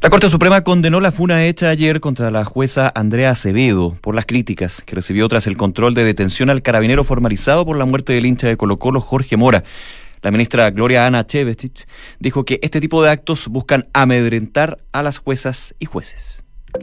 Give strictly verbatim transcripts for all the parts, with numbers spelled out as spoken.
La Corte Suprema condenó la funa hecha ayer contra la jueza Andrea Acevedo por las críticas que recibió tras el control de detención al carabinero formalizado por la muerte del hincha de Colo-Colo, Jorge Mora. La ministra Gloria Ana Chevesich dijo que este tipo de actos buscan amedrentar a las juezas y jueces.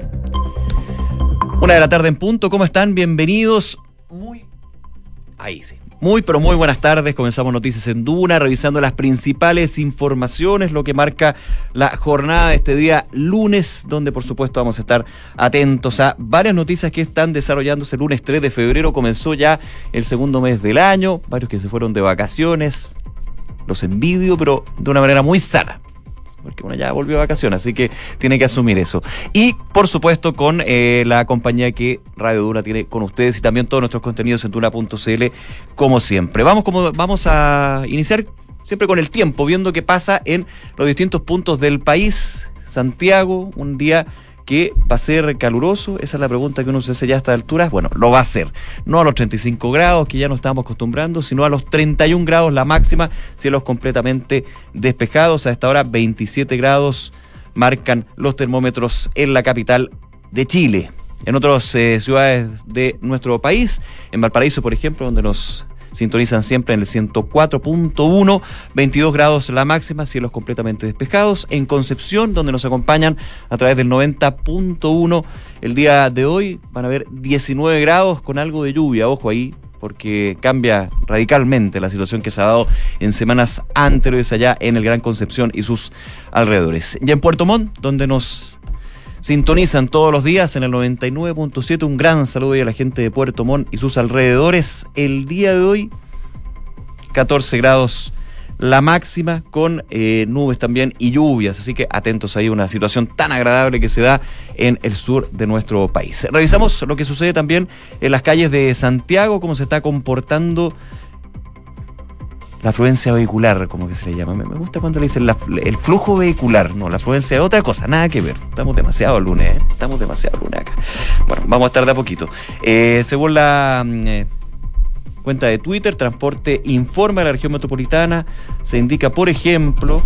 Una de la tarde en punto, ¿cómo están? Bienvenidos. Muy... Ahí sí. Muy, pero muy buenas tardes. Comenzamos Noticias en Duna, revisando las principales informaciones, lo que marca la jornada de este día lunes, donde por supuesto vamos a estar atentos a varias noticias que están desarrollándose. El lunes tres de febrero comenzó ya el segundo mes del año, varios que se fueron de vacaciones, los envidio, pero de una manera muy sana, porque uno ya volvió de vacaciones, así que tiene que asumir eso. Y, por supuesto, con eh, la compañía que Radio Duna tiene con ustedes y también todos nuestros contenidos en duna punto c l, como siempre. Vamos, como, vamos a iniciar siempre con el tiempo, viendo qué pasa en los distintos puntos del país. Santiago, un día que va a ser caluroso, esa es la pregunta que uno se hace ya a estas alturas. Bueno, lo va a ser, no a los treinta y cinco grados que ya nos estábamos acostumbrando, sino a los treinta y un grados la máxima, cielos completamente despejados. A esta hora veintisiete grados marcan los termómetros en la capital de Chile. En otras eh, ciudades de nuestro país, en Valparaíso, por ejemplo, donde nos sintonizan siempre en el ciento cuatro punto uno, veintidós grados la máxima, cielos completamente despejados. En Concepción, donde nos acompañan a través del noventa punto uno, el día de hoy van a haber diecinueve grados con algo de lluvia, ojo ahí, porque cambia radicalmente la situación que se ha dado en semanas anteriores allá en el Gran Concepción y sus alrededores. Y en Puerto Montt, donde nos sintonizan todos los días en el noventa y nueve punto siete. Un gran saludo a la gente de Puerto Montt y sus alrededores. El día de hoy, catorce grados la máxima, con eh, nubes también y lluvias. Así que atentos ahí a una situación tan agradable que se da en el sur de nuestro país. Revisamos lo que sucede también en las calles de Santiago, cómo se está comportando la afluencia vehicular, como que se le llama. Me gusta cuando le dicen la, el flujo vehicular. No, la afluencia es otra cosa, nada que ver. Estamos demasiado lunes, ¿eh? Estamos demasiado lunes acá. Bueno, vamos a estar de a poquito. Eh, según la eh, cuenta de Twitter, Transporte Informa de la región metropolitana, se indica, por ejemplo,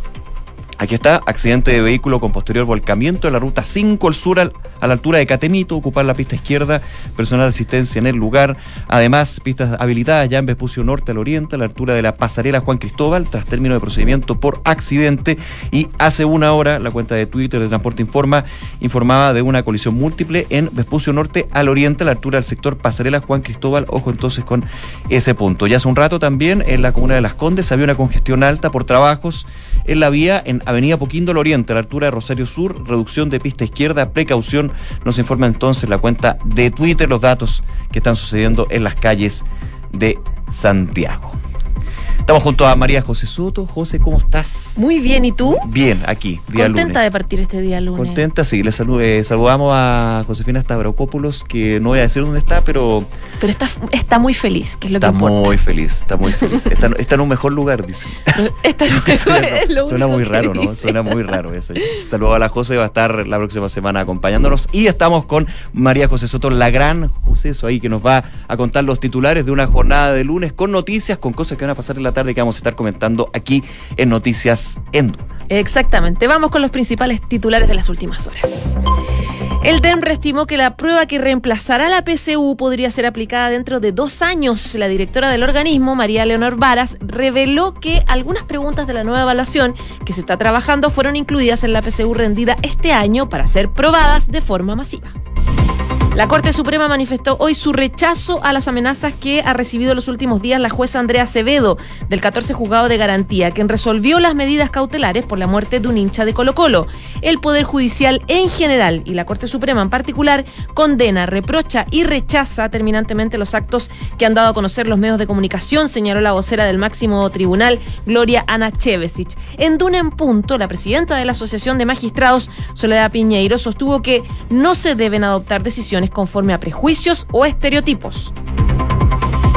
aquí está, accidente de vehículo con posterior volcamiento en la ruta cinco al sur, al, a la altura de Catemito, ocupar la pista izquierda, personal de asistencia en el lugar. Además, pistas habilitadas ya en Vespucio Norte al oriente, a la altura de la pasarela Juan Cristóbal, tras término de procedimiento por accidente. Y hace una hora, la cuenta de Twitter de Transporte Informa informaba de una colisión múltiple en Vespucio Norte al oriente, a la altura del sector pasarela Juan Cristóbal. Ojo entonces con ese punto. Ya hace un rato también en la comuna de Las Condes había una congestión alta por trabajos en la vía en Avenida Poquindo al oriente, a la altura de Rosario Sur, reducción de pista izquierda, precaución. Nos informa entonces la cuenta de Twitter los datos que están sucediendo en las calles de Santiago. Estamos junto a María José Soto. José, ¿cómo estás? Muy bien, ¿y tú? Bien, aquí, día Contenta lunes. de partir este día lunes. Contenta, sí. Le salu- eh, saludamos a Josefina Stavrakopoulos, que no voy a decir dónde está, pero... Pero está, está muy feliz, que es lo está que importa. Está muy feliz, está muy feliz. Está, está en un mejor lugar, dicen. Está en un mejor suena, lo suena muy raro, ¿no? dice. Suena muy raro eso. Saludos a la José, va a estar la próxima semana acompañándonos. Y estamos con María José Soto, la gran José, eso ahí, que nos va a contar los titulares de una jornada de lunes con noticias, con cosas que van a pasar en la tarde que vamos a estar comentando aquí en Noticias en Duna. Exactamente, vamos con los principales titulares de las últimas horas. El D E M estimó que la prueba que reemplazará la P C U podría ser aplicada dentro de dos años. La directora del organismo, María Leonor Varas, reveló que algunas preguntas de la nueva evaluación que se está trabajando fueron incluidas en la P C U rendida este año para ser probadas de forma masiva. La Corte Suprema manifestó hoy su rechazo a las amenazas que ha recibido los últimos días la jueza Andrea Acevedo del catorce Juzgado de Garantía, quien resolvió las medidas cautelares por la muerte de un hincha de Colo-Colo. El Poder Judicial en general y la Corte Suprema en particular condena, reprocha y rechaza terminantemente los actos que han dado a conocer los medios de comunicación, señaló la vocera del máximo tribunal, Gloria Ana Chevesich. En Duna en Punto, la presidenta de la Asociación de Magistrados, Soledad Piñeiro, sostuvo que no se deben adoptar decisiones conforme a prejuicios o estereotipos.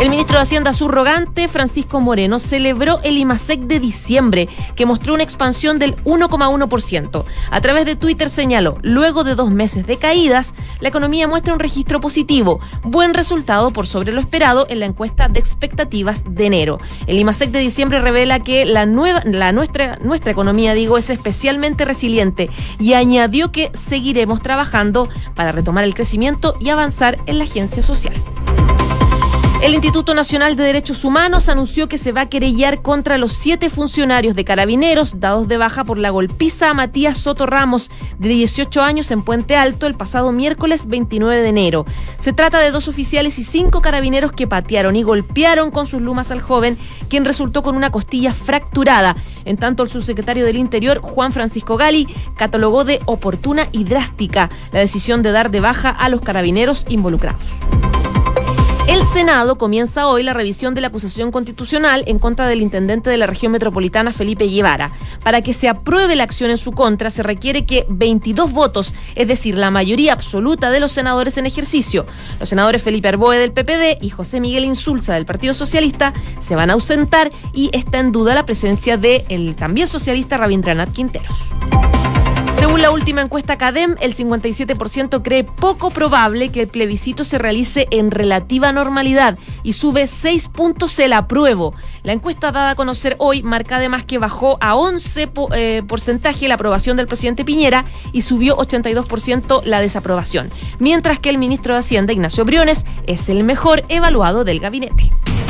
El ministro de Hacienda subrogante, Francisco Moreno, celebró el IMASEC de diciembre, que mostró una expansión del uno coma uno por ciento. A través de Twitter señaló, luego de dos meses de caídas, la economía muestra un registro positivo, buen resultado por sobre lo esperado en la encuesta de expectativas de enero. El IMASEC de diciembre revela que la nueva, la nuestra, nuestra economía, digo, es especialmente resiliente y añadió que seguiremos trabajando para retomar el crecimiento y avanzar en la agencia social. El Instituto Nacional de Derechos Humanos anunció que se va a querellar contra los siete funcionarios de Carabineros dados de baja por la golpiza a Matías Soto Ramos, de dieciocho años, en Puente Alto el pasado miércoles veintinueve de enero. Se trata de dos oficiales y cinco carabineros que patearon y golpearon con sus lumas al joven, quien resultó con una costilla fracturada. En tanto, el subsecretario del Interior, Juan Francisco Gali, catalogó de oportuna y drástica la decisión de dar de baja a los carabineros involucrados. El Senado comienza hoy la revisión de la acusación constitucional en contra del intendente de la región metropolitana, Felipe Guevara. Para que se apruebe la acción en su contra, se requiere que veintidós votos, es decir, la mayoría absoluta de los senadores en ejercicio. Los senadores Felipe Arboe del P P D y José Miguel Insulza del Partido Socialista se van a ausentar y está en duda la presencia del también socialista Rabindranath Quinteros. Según la última encuesta CADEM, el cincuenta y siete por ciento cree poco probable que el plebiscito se realice en relativa normalidad y sube seis puntos el apruebo. La encuesta dada a conocer hoy marca además que bajó a once por ciento eh, porcentaje la aprobación del presidente Piñera y subió ochenta y dos por ciento la desaprobación, mientras que el ministro de Hacienda, Ignacio Briones, es el mejor evaluado del gabinete.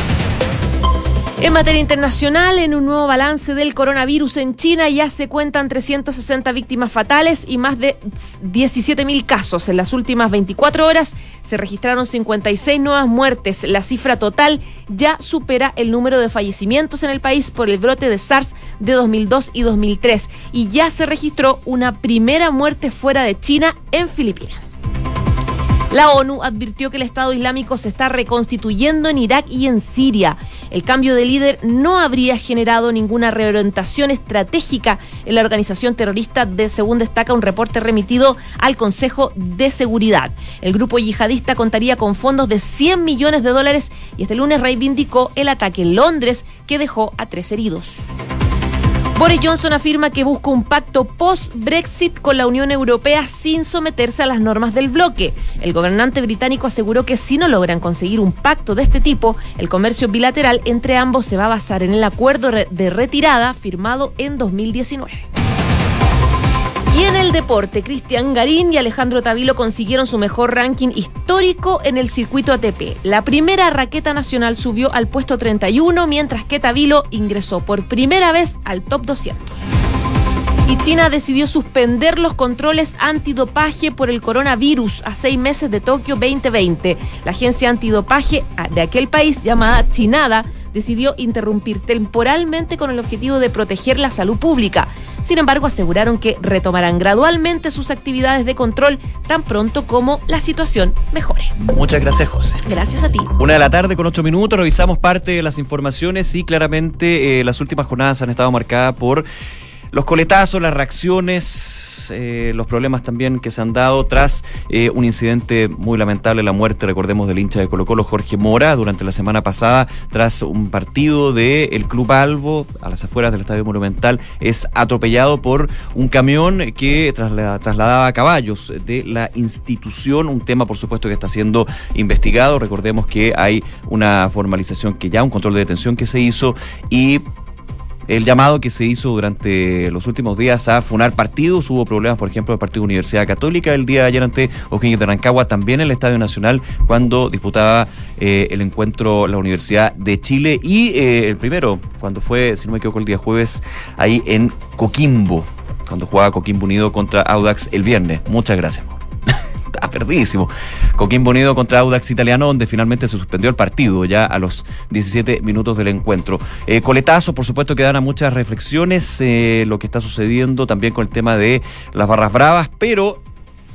En materia internacional, en un nuevo balance del coronavirus en China ya se cuentan trescientas sesenta víctimas fatales y más de diecisiete mil casos. En las últimas veinticuatro horas se registraron cincuenta y seis nuevas muertes. La cifra total ya supera el número de fallecimientos en el país por el brote de SARS de dos mil dos y dos mil tres. Y ya se registró una primera muerte fuera de China en Filipinas. La ONU advirtió que el Estado Islámico se está reconstituyendo en Irak y en Siria. El cambio de líder no habría generado ninguna reorientación estratégica en la organización terrorista, de, según destaca un reporte remitido al Consejo de Seguridad. El grupo yihadista contaría con fondos de cien millones de dólares y este lunes reivindicó el ataque en Londres, que dejó a tres heridos. Boris Johnson afirma que busca un pacto post-Brexit con la Unión Europea sin someterse a las normas del bloque. El gobernante británico aseguró que si no logran conseguir un pacto de este tipo, el comercio bilateral entre ambos se va a basar en el acuerdo de retirada firmado en dos mil diecinueve. Y en el deporte, Cristian Garín y Alejandro Tavilo consiguieron su mejor ranking histórico en el circuito A T P. La primera raqueta nacional subió al puesto treinta y uno, mientras que Tavilo ingresó por primera vez al top doscientos. Y China decidió suspender los controles antidopaje por el coronavirus a seis meses de Tokio veinte veinte. La agencia antidopaje de aquel país, llamada Chinada, decidió interrumpir temporalmente con el objetivo de proteger la salud pública. Sin embargo, aseguraron que retomarán gradualmente sus actividades de control tan pronto como la situación mejore. Muchas gracias, José. Gracias a ti. Una de la tarde con ocho minutos, revisamos parte de las informaciones y claramente eh, las últimas jornadas han estado marcadas por los coletazos, las reacciones, eh, los problemas también que se han dado tras eh, un incidente muy lamentable, la muerte, recordemos, del hincha de Colo-Colo, Jorge Mora, durante la semana pasada, tras un partido del Club Albo, a las afueras del Estadio Monumental, es atropellado por un camión que trasla- trasladaba caballos de la institución, un tema, por supuesto, que está siendo investigado. Recordemos que hay una formalización que ya, un control de detención que se hizo y el llamado que se hizo durante los últimos días a funar partidos. Hubo problemas, por ejemplo, del Partido Universidad Católica el día de ayer ante O'Higgins de Rancagua, también en el Estadio Nacional, cuando disputaba eh, el encuentro la Universidad de Chile, y eh, el primero, cuando fue, si no me equivoco, el día jueves, ahí en Coquimbo, cuando jugaba Coquimbo Unido contra Audax el viernes. Muchas gracias. Está perdidísimo. Coquimbo Unido contra Audax Italiano, donde finalmente se suspendió el partido ya a los diecisiete minutos del encuentro. Eh, coletazos, por supuesto, que dan a muchas reflexiones, eh, lo que está sucediendo también con el tema de las barras bravas, pero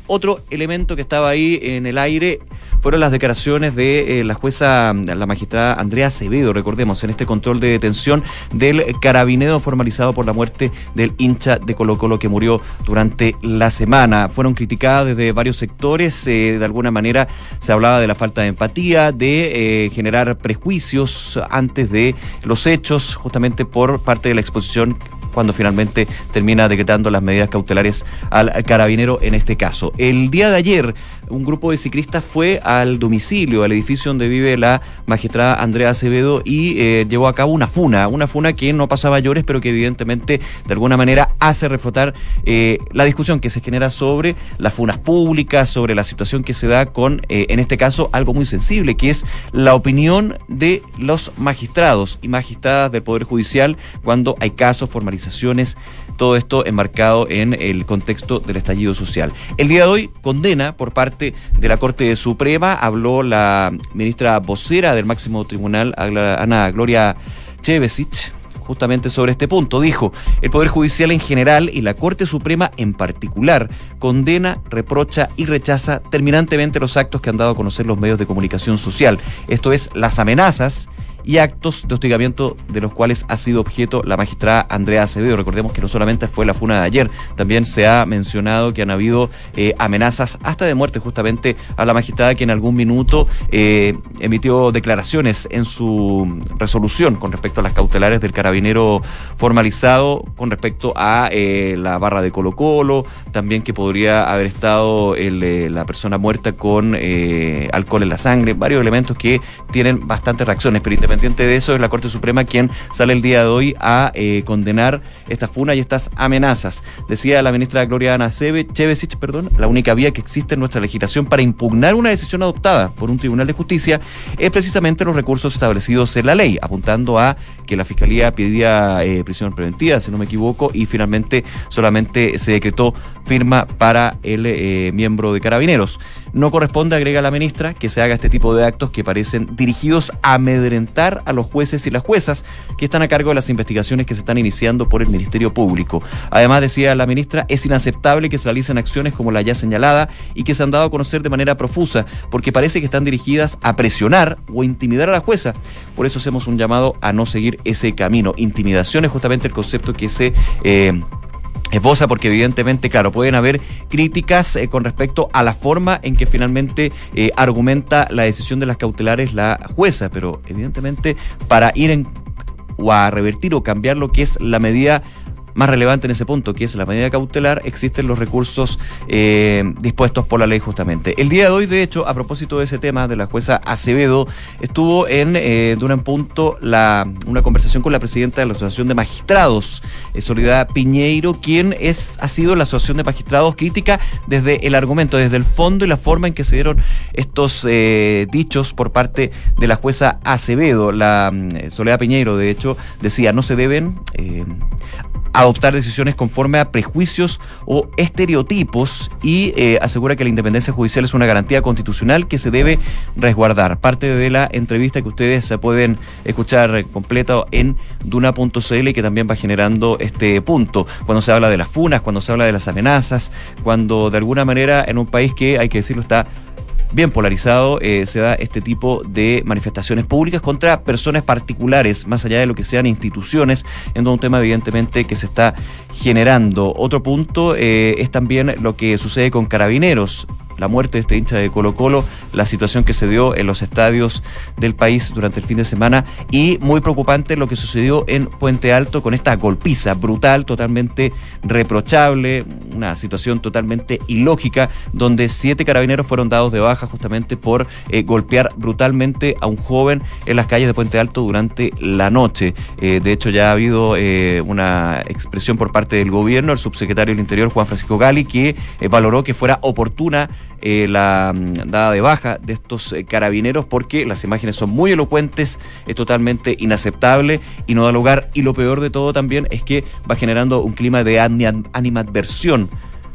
Otro elemento que estaba ahí en el aire fueron las declaraciones de eh, la jueza, la magistrada Andrea Acevedo, recordemos, en este control de detención del carabinero formalizado por la muerte del hincha de Colo-Colo que murió durante la semana. Fueron criticadas desde varios sectores, eh, de alguna manera se hablaba de la falta de empatía, de eh, generar prejuicios antes de los hechos, justamente por parte de la exposición cuando finalmente termina decretando las medidas cautelares al carabinero en este caso. El día de ayer, un grupo de ciclistas fue al domicilio, al edificio donde vive la magistrada Andrea Acevedo y eh, llevó a cabo una funa, una funa que no pasa mayores, pero que evidentemente de alguna manera hace reflotar eh, la discusión que se genera sobre las funas públicas, sobre la situación que se da con, eh, en este caso, algo muy sensible, que es la opinión de los magistrados y magistradas del Poder Judicial cuando hay casos, formalizados, todo esto enmarcado en el contexto del estallido social. El día de hoy, condena por parte de la Corte Suprema, habló la ministra vocera del máximo tribunal, Ana Gloria Chevesich, justamente sobre este punto. Dijo: el Poder Judicial en general y la Corte Suprema en particular condena, reprocha y rechaza terminantemente los actos que han dado a conocer los medios de comunicación social. Esto es, las amenazas y actos de hostigamiento de los cuales ha sido objeto la magistrada Andrea Acevedo. Recordemos que no solamente fue la funa de ayer, también se ha mencionado que han habido eh, amenazas hasta de muerte justamente a la magistrada, que en algún minuto eh, emitió declaraciones en su resolución con respecto a las cautelares del carabinero formalizado, con respecto a eh, la barra de Colo-Colo, también que podría haber estado el, eh, la persona muerta con eh, alcohol en la sangre, varios elementos que tienen bastantes reacciones, pero independientemente de eso es la Corte Suprema quien sale el día de hoy a eh, condenar esta funa y estas amenazas. Decía la ministra Gloria Ana Chevesich, perdón, la única vía que existe en nuestra legislación para impugnar una decisión adoptada por un tribunal de justicia es precisamente los recursos establecidos en la ley, apuntando a que la Fiscalía pedía eh, prisión preventiva, si no me equivoco, y finalmente solamente se decretó firma para el eh, miembro de Carabineros. No corresponde, agrega la ministra, que se haga este tipo de actos que parecen dirigidos a amedrentar a los jueces y las juezas que están a cargo de las investigaciones que se están iniciando por el Ministerio Público. Además, decía la ministra, es inaceptable que se realicen acciones como la ya señalada y que se han dado a conocer de manera profusa, porque parece que están dirigidas a presionar o intimidar a la jueza. Por eso hacemos un llamado a no seguir ese camino. Intimidación es justamente el concepto que se eh, esboza, porque evidentemente, claro, pueden haber críticas eh, con respecto a la forma en que finalmente eh, argumenta la decisión de las cautelares la jueza, pero evidentemente para ir en, o a revertir o cambiar lo que es la medida más relevante en ese punto, que es la medida cautelar, existen los recursos eh, dispuestos por la ley justamente. El día de hoy, de hecho, a propósito de ese tema de la jueza Acevedo, estuvo en eh, Duna en Punto la, una conversación con la presidenta de la Asociación de Magistrados, eh, Soledad Piñeiro, quien es, ha sido la Asociación de Magistrados crítica desde el argumento, desde el fondo y la forma en que se dieron estos eh, dichos por parte de la jueza Acevedo. La eh, Soledad Piñeiro, de hecho, decía, no se deben Eh, adoptar decisiones conforme a prejuicios o estereotipos y eh, asegura que la independencia judicial es una garantía constitucional que se debe resguardar. Parte de la entrevista que ustedes pueden escuchar completa en duna punto c l, que también va generando este punto, cuando se habla de las funas, cuando se habla de las amenazas, cuando de alguna manera en un país que, hay que decirlo, está bien polarizado, eh, se da este tipo de manifestaciones públicas contra personas particulares, más allá de lo que sean instituciones, en un tema evidentemente que se está generando. Otro punto eh, es también lo que sucede con Carabineros, la muerte de este hincha de Colo-Colo, la situación que se dio en los estadios del país durante el fin de semana y muy preocupante lo que sucedió en Puente Alto con esta golpiza brutal, totalmente reprochable, una situación totalmente ilógica, donde siete carabineros fueron dados de baja justamente por eh, golpear brutalmente a un joven en las calles de Puente Alto durante la noche. Eh, de hecho, ya ha habido eh, una expresión por parte del gobierno, el subsecretario del Interior, Juan Francisco Gali, que eh, valoró que fuera oportuna Eh, la um, dada de baja de estos eh, carabineros, porque las imágenes son muy elocuentes, es totalmente inaceptable y no da lugar, y lo peor de todo también es que va generando un clima de animadversión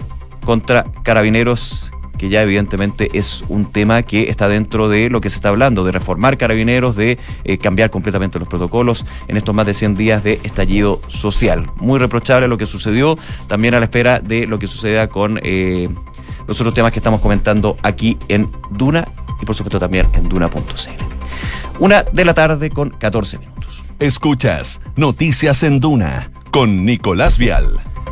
contra Carabineros, que ya evidentemente es un tema que está dentro de lo que se está hablando, de reformar Carabineros, de eh, cambiar completamente los protocolos en estos más de cien días de estallido social. Muy reprochable lo que sucedió, también a la espera de lo que suceda con Eh, los otros temas que estamos comentando aquí en Duna y por supuesto también en duna punto c l. Una de la tarde con catorce minutos. Escuchas Noticias en Duna con Nicolás Vial.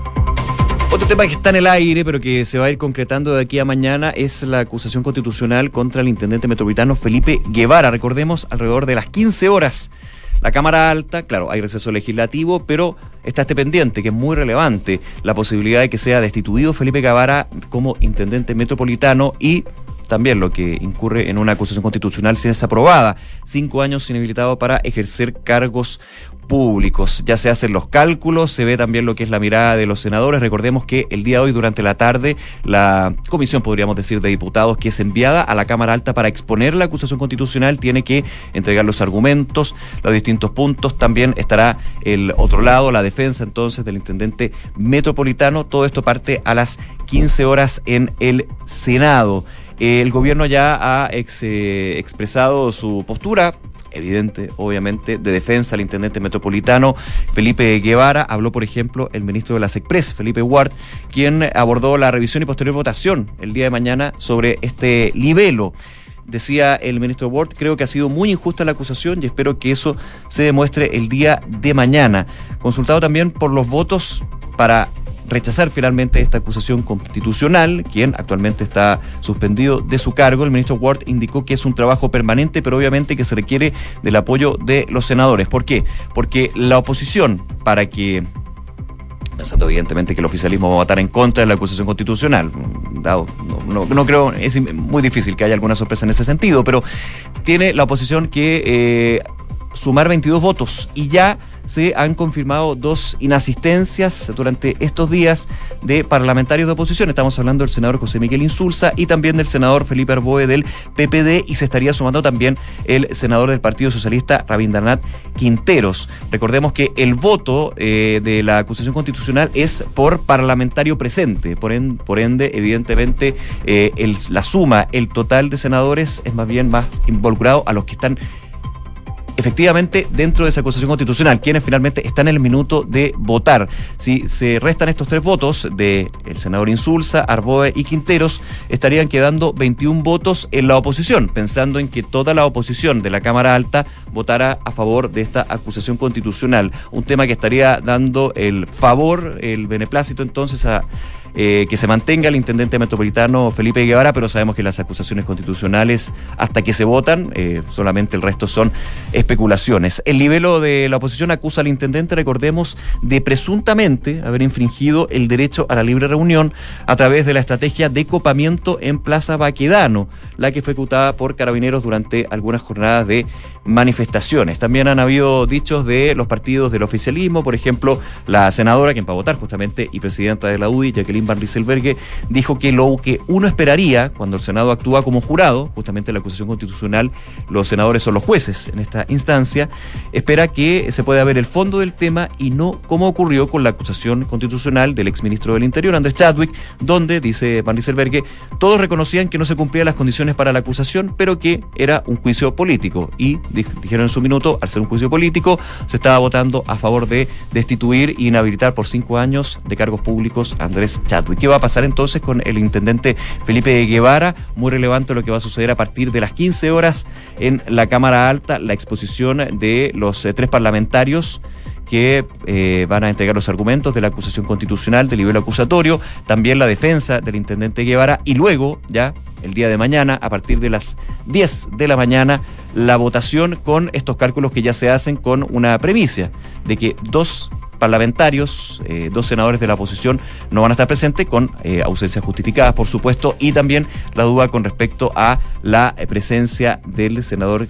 Otro tema que está en el aire, pero que se va a ir concretando de aquí a mañana, es la acusación constitucional contra el intendente metropolitano Felipe Guevara. Recordemos, alrededor de las quince horas, la Cámara Alta, claro, hay receso legislativo, pero está este pendiente, que es muy relevante, la posibilidad de que sea destituido Felipe Guevara como intendente metropolitano y también lo que incurre en una acusación constitucional si es aprobada, cinco años inhabilitado para ejercer cargos públicos. Ya se hacen los cálculos, se ve también lo que es la mirada de los senadores. Recordemos que el día de hoy, durante la tarde, la comisión, podríamos decir, de diputados que es enviada a la Cámara Alta para exponer la acusación constitucional, tiene que entregar los argumentos, los distintos puntos. También estará el otro lado, la defensa entonces del intendente metropolitano. Todo esto parte a las quince horas en el Senado. El gobierno ya ha ex, eh, expresado su postura evidente, obviamente, de defensa al intendente metropolitano Felipe Guevara. Habló, por ejemplo, el ministro de las Express, Felipe Ward, quien abordó la revisión y posterior votación el día de mañana sobre este libelo. Decía el ministro Ward: creo que ha sido muy injusta la acusación y espero que eso se demuestre el día de mañana. Consultado también por los votos para rechazar finalmente esta acusación constitucional, quien actualmente está suspendido de su cargo, el ministro Ward indicó que es un trabajo permanente, pero obviamente que se requiere del apoyo de los senadores. ¿Por qué? Porque la oposición, para que, pensando evidentemente que el oficialismo va a votar en contra de la acusación constitucional, dado, no, no, no creo, es muy difícil que haya alguna sorpresa en ese sentido, pero tiene la oposición que eh, sumar veintidós votos y ya se han confirmado dos inasistencias durante estos días de parlamentarios de oposición. Estamos hablando del senador José Miguel Insulza y también del senador Felipe Arboe del P P D, y se estaría sumando también el senador del Partido Socialista Rabindranath Quinteros. Recordemos que el voto eh, de la acusación constitucional es por parlamentario presente, por, en, por ende, evidentemente, eh, el, la suma, el total de senadores es más bien más involucrado a los que están efectivamente dentro de esa acusación constitucional, quienes finalmente están en el minuto de votar. Si se restan estos tres votos de el senador Insulza, Arboe y Quinteros, estarían quedando veintiún votos en la oposición, pensando en que toda la oposición de la Cámara Alta votara a favor de esta acusación constitucional, un tema que estaría dando el favor, el beneplácito entonces a Eh, que se mantenga el intendente metropolitano Felipe Guevara, pero sabemos que las acusaciones constitucionales, hasta que se votan, eh, solamente el resto son especulaciones. El libelo de la oposición acusa al intendente, recordemos, de presuntamente haber infringido el derecho a la libre reunión a través de la estrategia de copamiento en Plaza Baquedano, la que fue ejecutada por carabineros durante algunas jornadas de manifestaciones. También han habido dichos de los partidos del oficialismo, por ejemplo, la senadora, quien va a votar justamente, y presidenta de la U D I, Jacqueline Van Rieselberghe, dijo que lo que uno esperaría cuando el Senado actúa como jurado, justamente la acusación constitucional, los senadores son los jueces en esta instancia, espera que se pueda ver el fondo del tema y no como ocurrió con la acusación constitucional del exministro del Interior, Andrés Chadwick, donde, dice Van Rieselberghe, todos reconocían que no se cumplían las condiciones para la acusación, pero que era un juicio político, y dijeron en su minuto, al ser un juicio político, se estaba votando a favor de destituir e inhabilitar por cinco años de cargos públicos a Andrés Chadwick. ¿Qué va a pasar entonces con el intendente Felipe Guevara? Muy relevante lo que va a suceder a partir de las quince horas en la Cámara Alta, la exposición de los eh, tres parlamentarios que eh, van a entregar los argumentos de la acusación constitucional, del libelo acusatorio, también la defensa del intendente Guevara, y luego, ya el día de mañana, a partir de las diez de la mañana, la votación con estos cálculos que ya se hacen con una premisa de que dos parlamentarios, eh, dos senadores de la oposición no van a estar presentes, con eh, ausencias justificadas, por supuesto, y también la duda con respecto a la eh, presencia del senador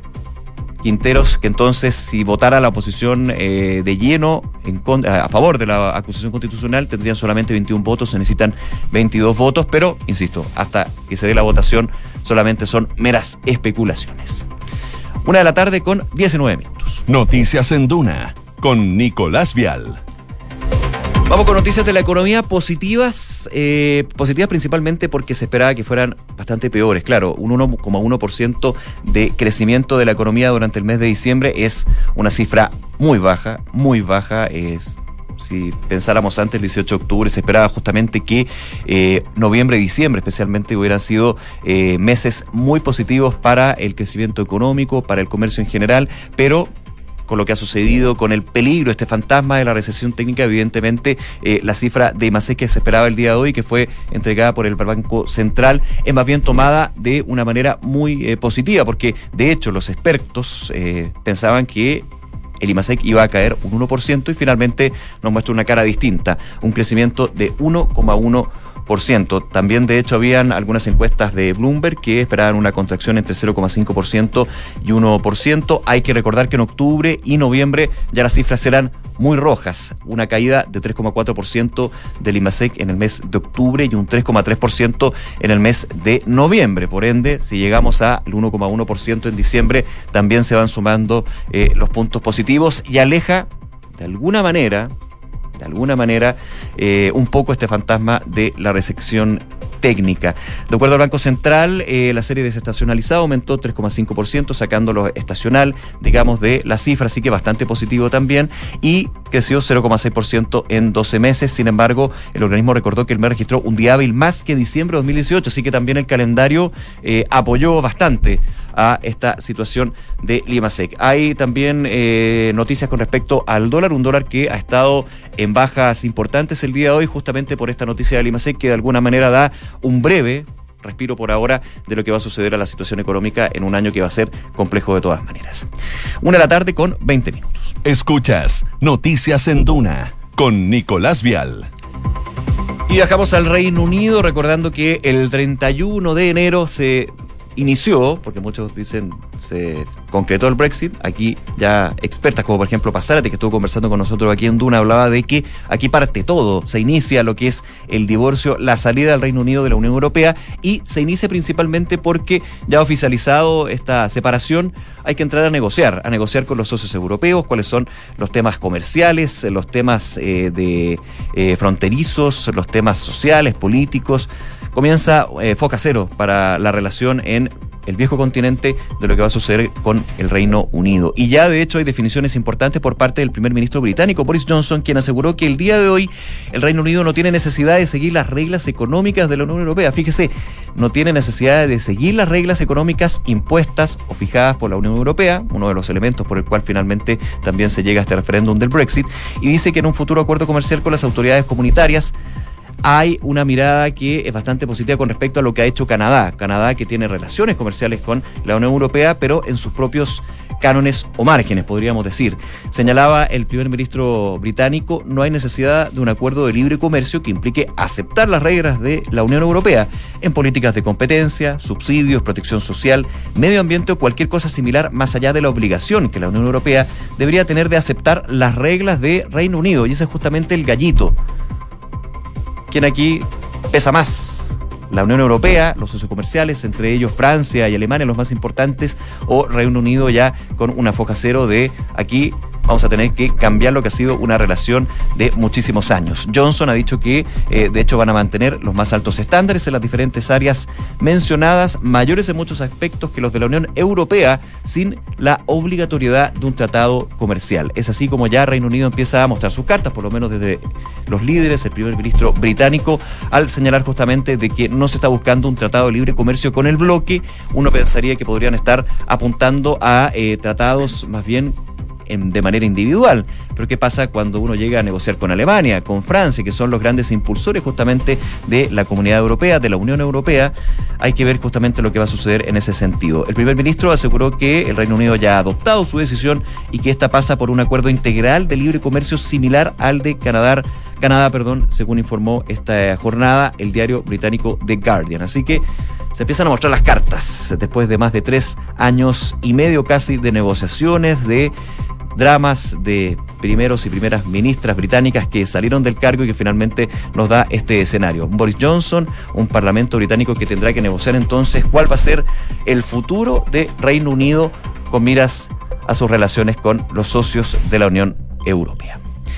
Quinteros, que entonces, si votara la oposición eh, de lleno en con, a favor de la acusación constitucional, tendrían solamente veintiún votos, se necesitan veintidós votos, pero, insisto, hasta que se dé la votación solamente son meras especulaciones. Una de la tarde con diecinueve minutos. Noticias en Duna con Nicolás Vial. Vamos con noticias de la economía positivas, eh, positivas principalmente porque se esperaba que fueran bastante peores. Claro, un uno coma uno por ciento de crecimiento de la economía durante el mes de diciembre es una cifra muy baja, muy baja, es Si pensáramos antes, el dieciocho de octubre, se esperaba justamente que eh, noviembre y diciembre especialmente hubieran sido eh, meses muy positivos para el crecimiento económico, para el comercio en general, pero con lo que ha sucedido, con el peligro, este fantasma de la recesión técnica, evidentemente eh, la cifra de IMASEC que se esperaba el día de hoy, que fue entregada por el Banco Central, es más bien tomada de una manera muy eh, positiva, porque de hecho los expertos eh, pensaban que el IMASEC iba a caer un uno por ciento y finalmente nos muestra una cara distinta, un crecimiento de uno coma uno por ciento. También, de hecho, habían algunas encuestas de Bloomberg que esperaban una contracción entre cero coma cinco por ciento y uno por ciento. Hay que recordar que en octubre y noviembre ya las cifras eran muy rojas, una caída de tres coma cuatro por ciento del IMASEC en el mes de octubre y un tres coma tres por ciento en el mes de noviembre. Por ende, si llegamos al uno coma uno por ciento en diciembre, también se van sumando eh, los puntos positivos y aleja, de alguna manera, de alguna manera, eh, un poco este fantasma de la recesión técnica. De acuerdo al Banco Central, eh, la serie desestacionalizada aumentó tres coma cinco por ciento, sacando lo estacional, digamos, de la cifra, así que bastante positivo también, y creció cero coma seis por ciento en doce meses. Sin embargo, el organismo recordó que el mes registró un día hábil más que diciembre de dos mil dieciocho, así que también el calendario eh, apoyó bastante a esta situación de IMASEC. Hay también eh, noticias con respecto al dólar, un dólar que ha estado en bajas importantes el día de hoy, justamente por esta noticia del IMASEC, que de alguna manera da un breve respiro por ahora de lo que va a suceder a la situación económica en un año que va a ser complejo de todas maneras. Una de la tarde con veinte minutos. Escuchas Noticias en Duna con Nicolás Vial. Y viajamos al Reino Unido, recordando que el treinta y uno de enero se inició, porque muchos dicen se concretó el Brexit. Aquí ya expertas como por ejemplo Pazárate, que estuvo conversando con nosotros aquí en Duna, hablaba de que aquí parte todo, se inicia lo que es el divorcio, la salida del Reino Unido de la Unión Europea, y se inicia principalmente porque ya oficializado esta separación hay que entrar a negociar, a negociar con los socios europeos cuáles son los temas comerciales, los temas eh, de eh, fronterizos, los temas sociales, políticos. Comienza eh, foca cero para la relación en el viejo continente de lo que va a suceder con el Reino Unido. Y ya de hecho hay definiciones importantes por parte del primer ministro británico, Boris Johnson, quien aseguró que el día de hoy el Reino Unido no tiene necesidad de seguir las reglas económicas de la Unión Europea. Fíjese, no tiene necesidad de seguir las reglas económicas impuestas o fijadas por la Unión Europea, uno de los elementos por el cual finalmente también se llega a este referéndum del Brexit, y dice que en un futuro acuerdo comercial con las autoridades comunitarias hay una mirada que es bastante positiva con respecto a lo que ha hecho Canadá. Canadá, que tiene relaciones comerciales con la Unión Europea, pero en sus propios cánones o márgenes, podríamos decir. Señalaba el primer ministro británico, no hay necesidad de un acuerdo de libre comercio que implique aceptar las reglas de la Unión Europea en políticas de competencia, subsidios, protección social, medio ambiente o cualquier cosa similar, más allá de la obligación que la Unión Europea debería tener de aceptar las reglas de Reino Unido. Y ese es justamente el gallito. ¿Quién aquí pesa más? ¿La Unión Europea, los socios comerciales, entre ellos Francia y Alemania, los más importantes, o Reino Unido ya con una foca cero de aquí vamos a tener que cambiar lo que ha sido una relación de muchísimos años? Johnson ha dicho que eh, de hecho van a mantener los más altos estándares en las diferentes áreas mencionadas, mayores en muchos aspectos que los de la Unión Europea, sin la obligatoriedad de un tratado comercial. Es así como ya Reino Unido empieza a mostrar sus cartas, por lo menos desde los líderes, el primer ministro británico, al señalar justamente de que no se está buscando un tratado de libre comercio con el bloque. Uno pensaría que podrían estar apuntando a eh, tratados más bien de manera individual. Pero ¿qué pasa cuando uno llega a negociar con Alemania, con Francia, que son los grandes impulsores justamente de la Comunidad Europea, de la Unión Europea? Hay que ver justamente lo que va a suceder en ese sentido. El primer ministro aseguró que el Reino Unido ya ha adoptado su decisión y que esta pasa por un acuerdo integral de libre comercio similar al de Canadá, Canadá, perdón, según informó esta jornada el diario británico The Guardian. Así que se empiezan a mostrar las cartas después de más de tres años y medio casi de negociaciones, de dramas de primeros y primeras ministras británicas que salieron del cargo y que finalmente nos da este escenario. Boris Johnson, un parlamento británico que tendrá que negociar entonces cuál va a ser el futuro de Reino Unido con miras a sus relaciones con los socios de la Unión Europea.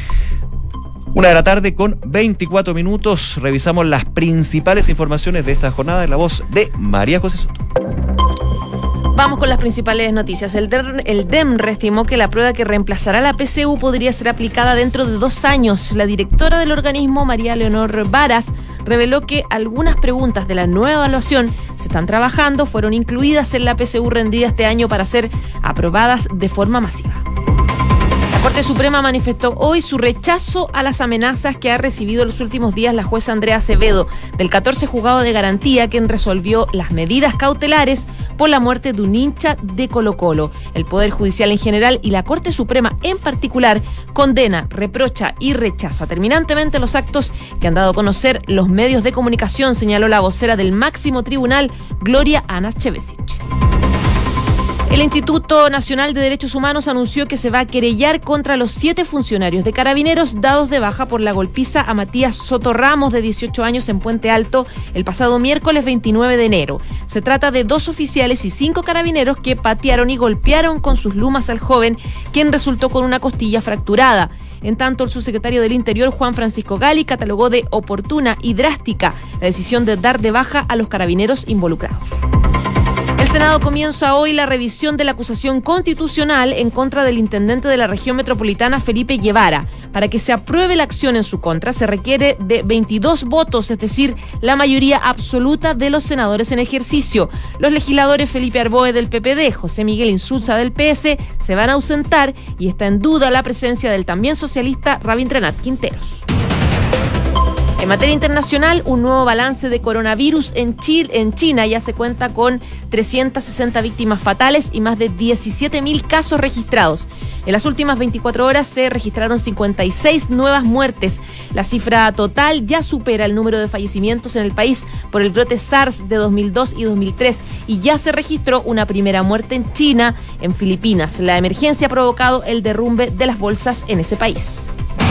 Una de la tarde con veinticuatro minutos. Revisamos las principales informaciones de esta jornada en la voz de María José Soto. Vamos con las principales noticias. El, D E R, el D E M reestimó que la prueba que reemplazará la P C U podría ser aplicada dentro de dos años. La directora del organismo, María Leonor Varas, reveló que algunas preguntas de la nueva evaluación se están trabajando, fueron incluidas en la P C U rendida este año para ser aprobadas de forma masiva. La Corte Suprema manifestó hoy su rechazo a las amenazas que ha recibido en los últimos días la jueza Andrea Acevedo, del catorce Juzgado de Garantía, quien resolvió las medidas cautelares por la muerte de un hincha de Colo-Colo. El Poder Judicial en general y la Corte Suprema en particular condena, reprocha y rechaza terminantemente los actos que han dado a conocer los medios de comunicación, señaló la vocera del máximo tribunal, Gloria Anachevesic. El Instituto Nacional de Derechos Humanos anunció que se va a querellar contra los siete funcionarios de Carabineros dados de baja por la golpiza a Matías Soto Ramos, de dieciocho años, en Puente Alto el pasado miércoles veintinueve de enero. Se trata de dos oficiales y cinco carabineros que patearon y golpearon con sus lumas al joven, quien resultó con una costilla fracturada. En tanto, el subsecretario del Interior, Juan Francisco Gali, catalogó de oportuna y drástica la decisión de dar de baja a los carabineros involucrados. El Senado comienza hoy la revisión de la acusación constitucional en contra del intendente de la región metropolitana, Felipe Guevara. Para que se apruebe la acción en su contra, se requiere de veintidós votos, es decir, la mayoría absoluta de los senadores en ejercicio. Los legisladores Felipe Arboe del P P D, José Miguel Insulza del P S, se van a ausentar y está en duda la presencia del también socialista Rabindranath Quinteros. En materia internacional, un nuevo balance de coronavirus en Chile, en China ya se cuenta con trescientas sesenta víctimas fatales y más de diecisiete mil casos registrados. En las últimas veinticuatro horas se registraron cincuenta y seis nuevas muertes. La cifra total ya supera el número de fallecimientos en el país por el brote SARS de dos mil dos y dos mil tres y ya se registró una primera muerte en China, en Filipinas. La emergencia ha provocado el derrumbe de las bolsas en ese país.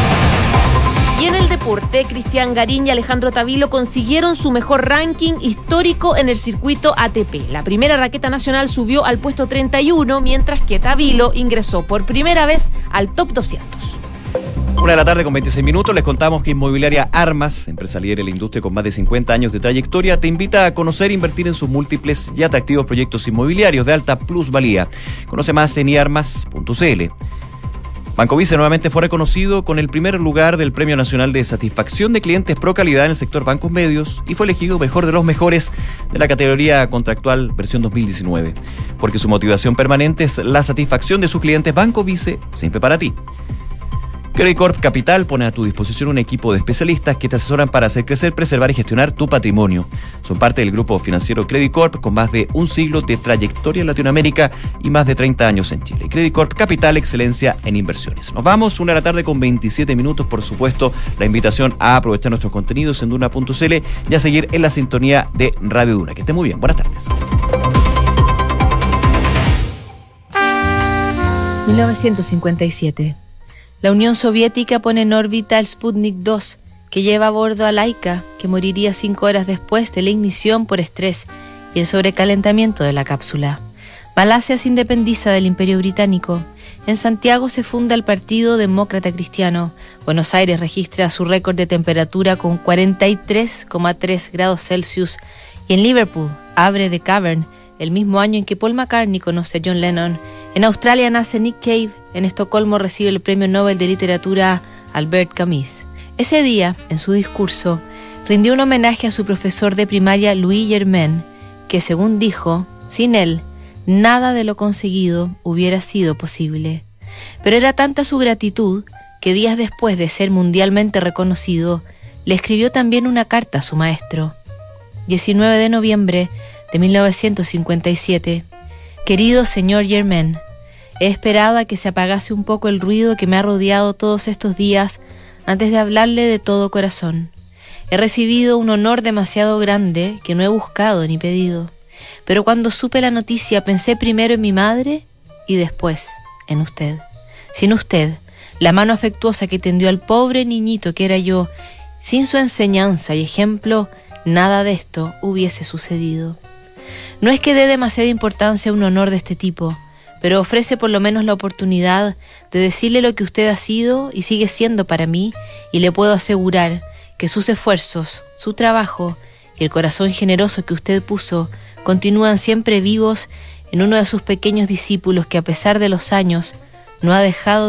Y en el deporte, Cristian Garín y Alejandro Tavilo consiguieron su mejor ranking histórico en el circuito A T P. La primera raqueta nacional subió al puesto treinta y uno, mientras que Tavilo ingresó por primera vez al top doscientos. Una de la tarde con veintiséis minutos, les contamos que Inmobiliaria Armas, empresa líder en la industria con más de cincuenta años de trayectoria, te invita a conocer e invertir en sus múltiples y atractivos proyectos inmobiliarios de alta plusvalía. Conoce más en i armas punto c l. Banco Vice nuevamente fue reconocido con el primer lugar del Premio Nacional de Satisfacción de Clientes Pro Calidad en el sector bancos medios y fue elegido mejor de los mejores de la categoría contractual versión dos mil diecinueve, porque su motivación permanente es la satisfacción de sus clientes. Banco Vice, siempre para ti. Credit Corp Capital pone a tu disposición un equipo de especialistas que te asesoran para hacer crecer, preservar y gestionar tu patrimonio. Son parte del grupo financiero Credit Corp con más de un siglo de trayectoria en Latinoamérica y más de treinta años en Chile. Credit Corp Capital, excelencia en inversiones. Nos vamos, una de la tarde con veintisiete minutos. Por supuesto, la invitación a aprovechar nuestros contenidos en duna punto c l y a seguir en la sintonía de Radio Duna. Que esté muy bien. Buenas tardes. mil novecientos cincuenta y siete. La Unión Soviética pone en órbita el Sputnik dos, que lleva a bordo a Laika, que moriría cinco horas después de la ignición por estrés y el sobrecalentamiento de la cápsula. Malasia se independiza del Imperio Británico. En Santiago se funda el Partido Demócrata Cristiano. Buenos Aires registra su récord de temperatura con cuarenta y tres coma tres grados Celsius. Y en Liverpool abre The Cavern, el mismo año en que Paul McCartney conoce a John Lennon. En Australia nace Nick Cave. En Estocolmo recibe el Premio Nobel de Literatura Albert Camus. Ese día, en su discurso, rindió un homenaje a su profesor de primaria Louis Germain, que según dijo, sin él, nada de lo conseguido hubiera sido posible. Pero era tanta su gratitud que días después de ser mundialmente reconocido, le escribió también una carta a su maestro. diecinueve de noviembre de mil novecientos cincuenta y siete. Querido señor Germain, he esperado a que se apagase un poco el ruido que me ha rodeado todos estos días antes de hablarle de todo corazón. He recibido un honor demasiado grande que no he buscado ni pedido, pero cuando supe la noticia pensé primero en mi madre y después en usted. Sin usted, la mano afectuosa que tendió al pobre niñito que era yo, sin su enseñanza y ejemplo, nada de esto hubiese sucedido. No es que dé demasiada importancia a un honor de este tipo, pero ofrece por lo menos la oportunidad de decirle lo que usted ha sido y sigue siendo para mí, y le puedo asegurar que sus esfuerzos, su trabajo y el corazón generoso que usted puso continúan siempre vivos en uno de sus pequeños discípulos que a pesar de los años no ha dejado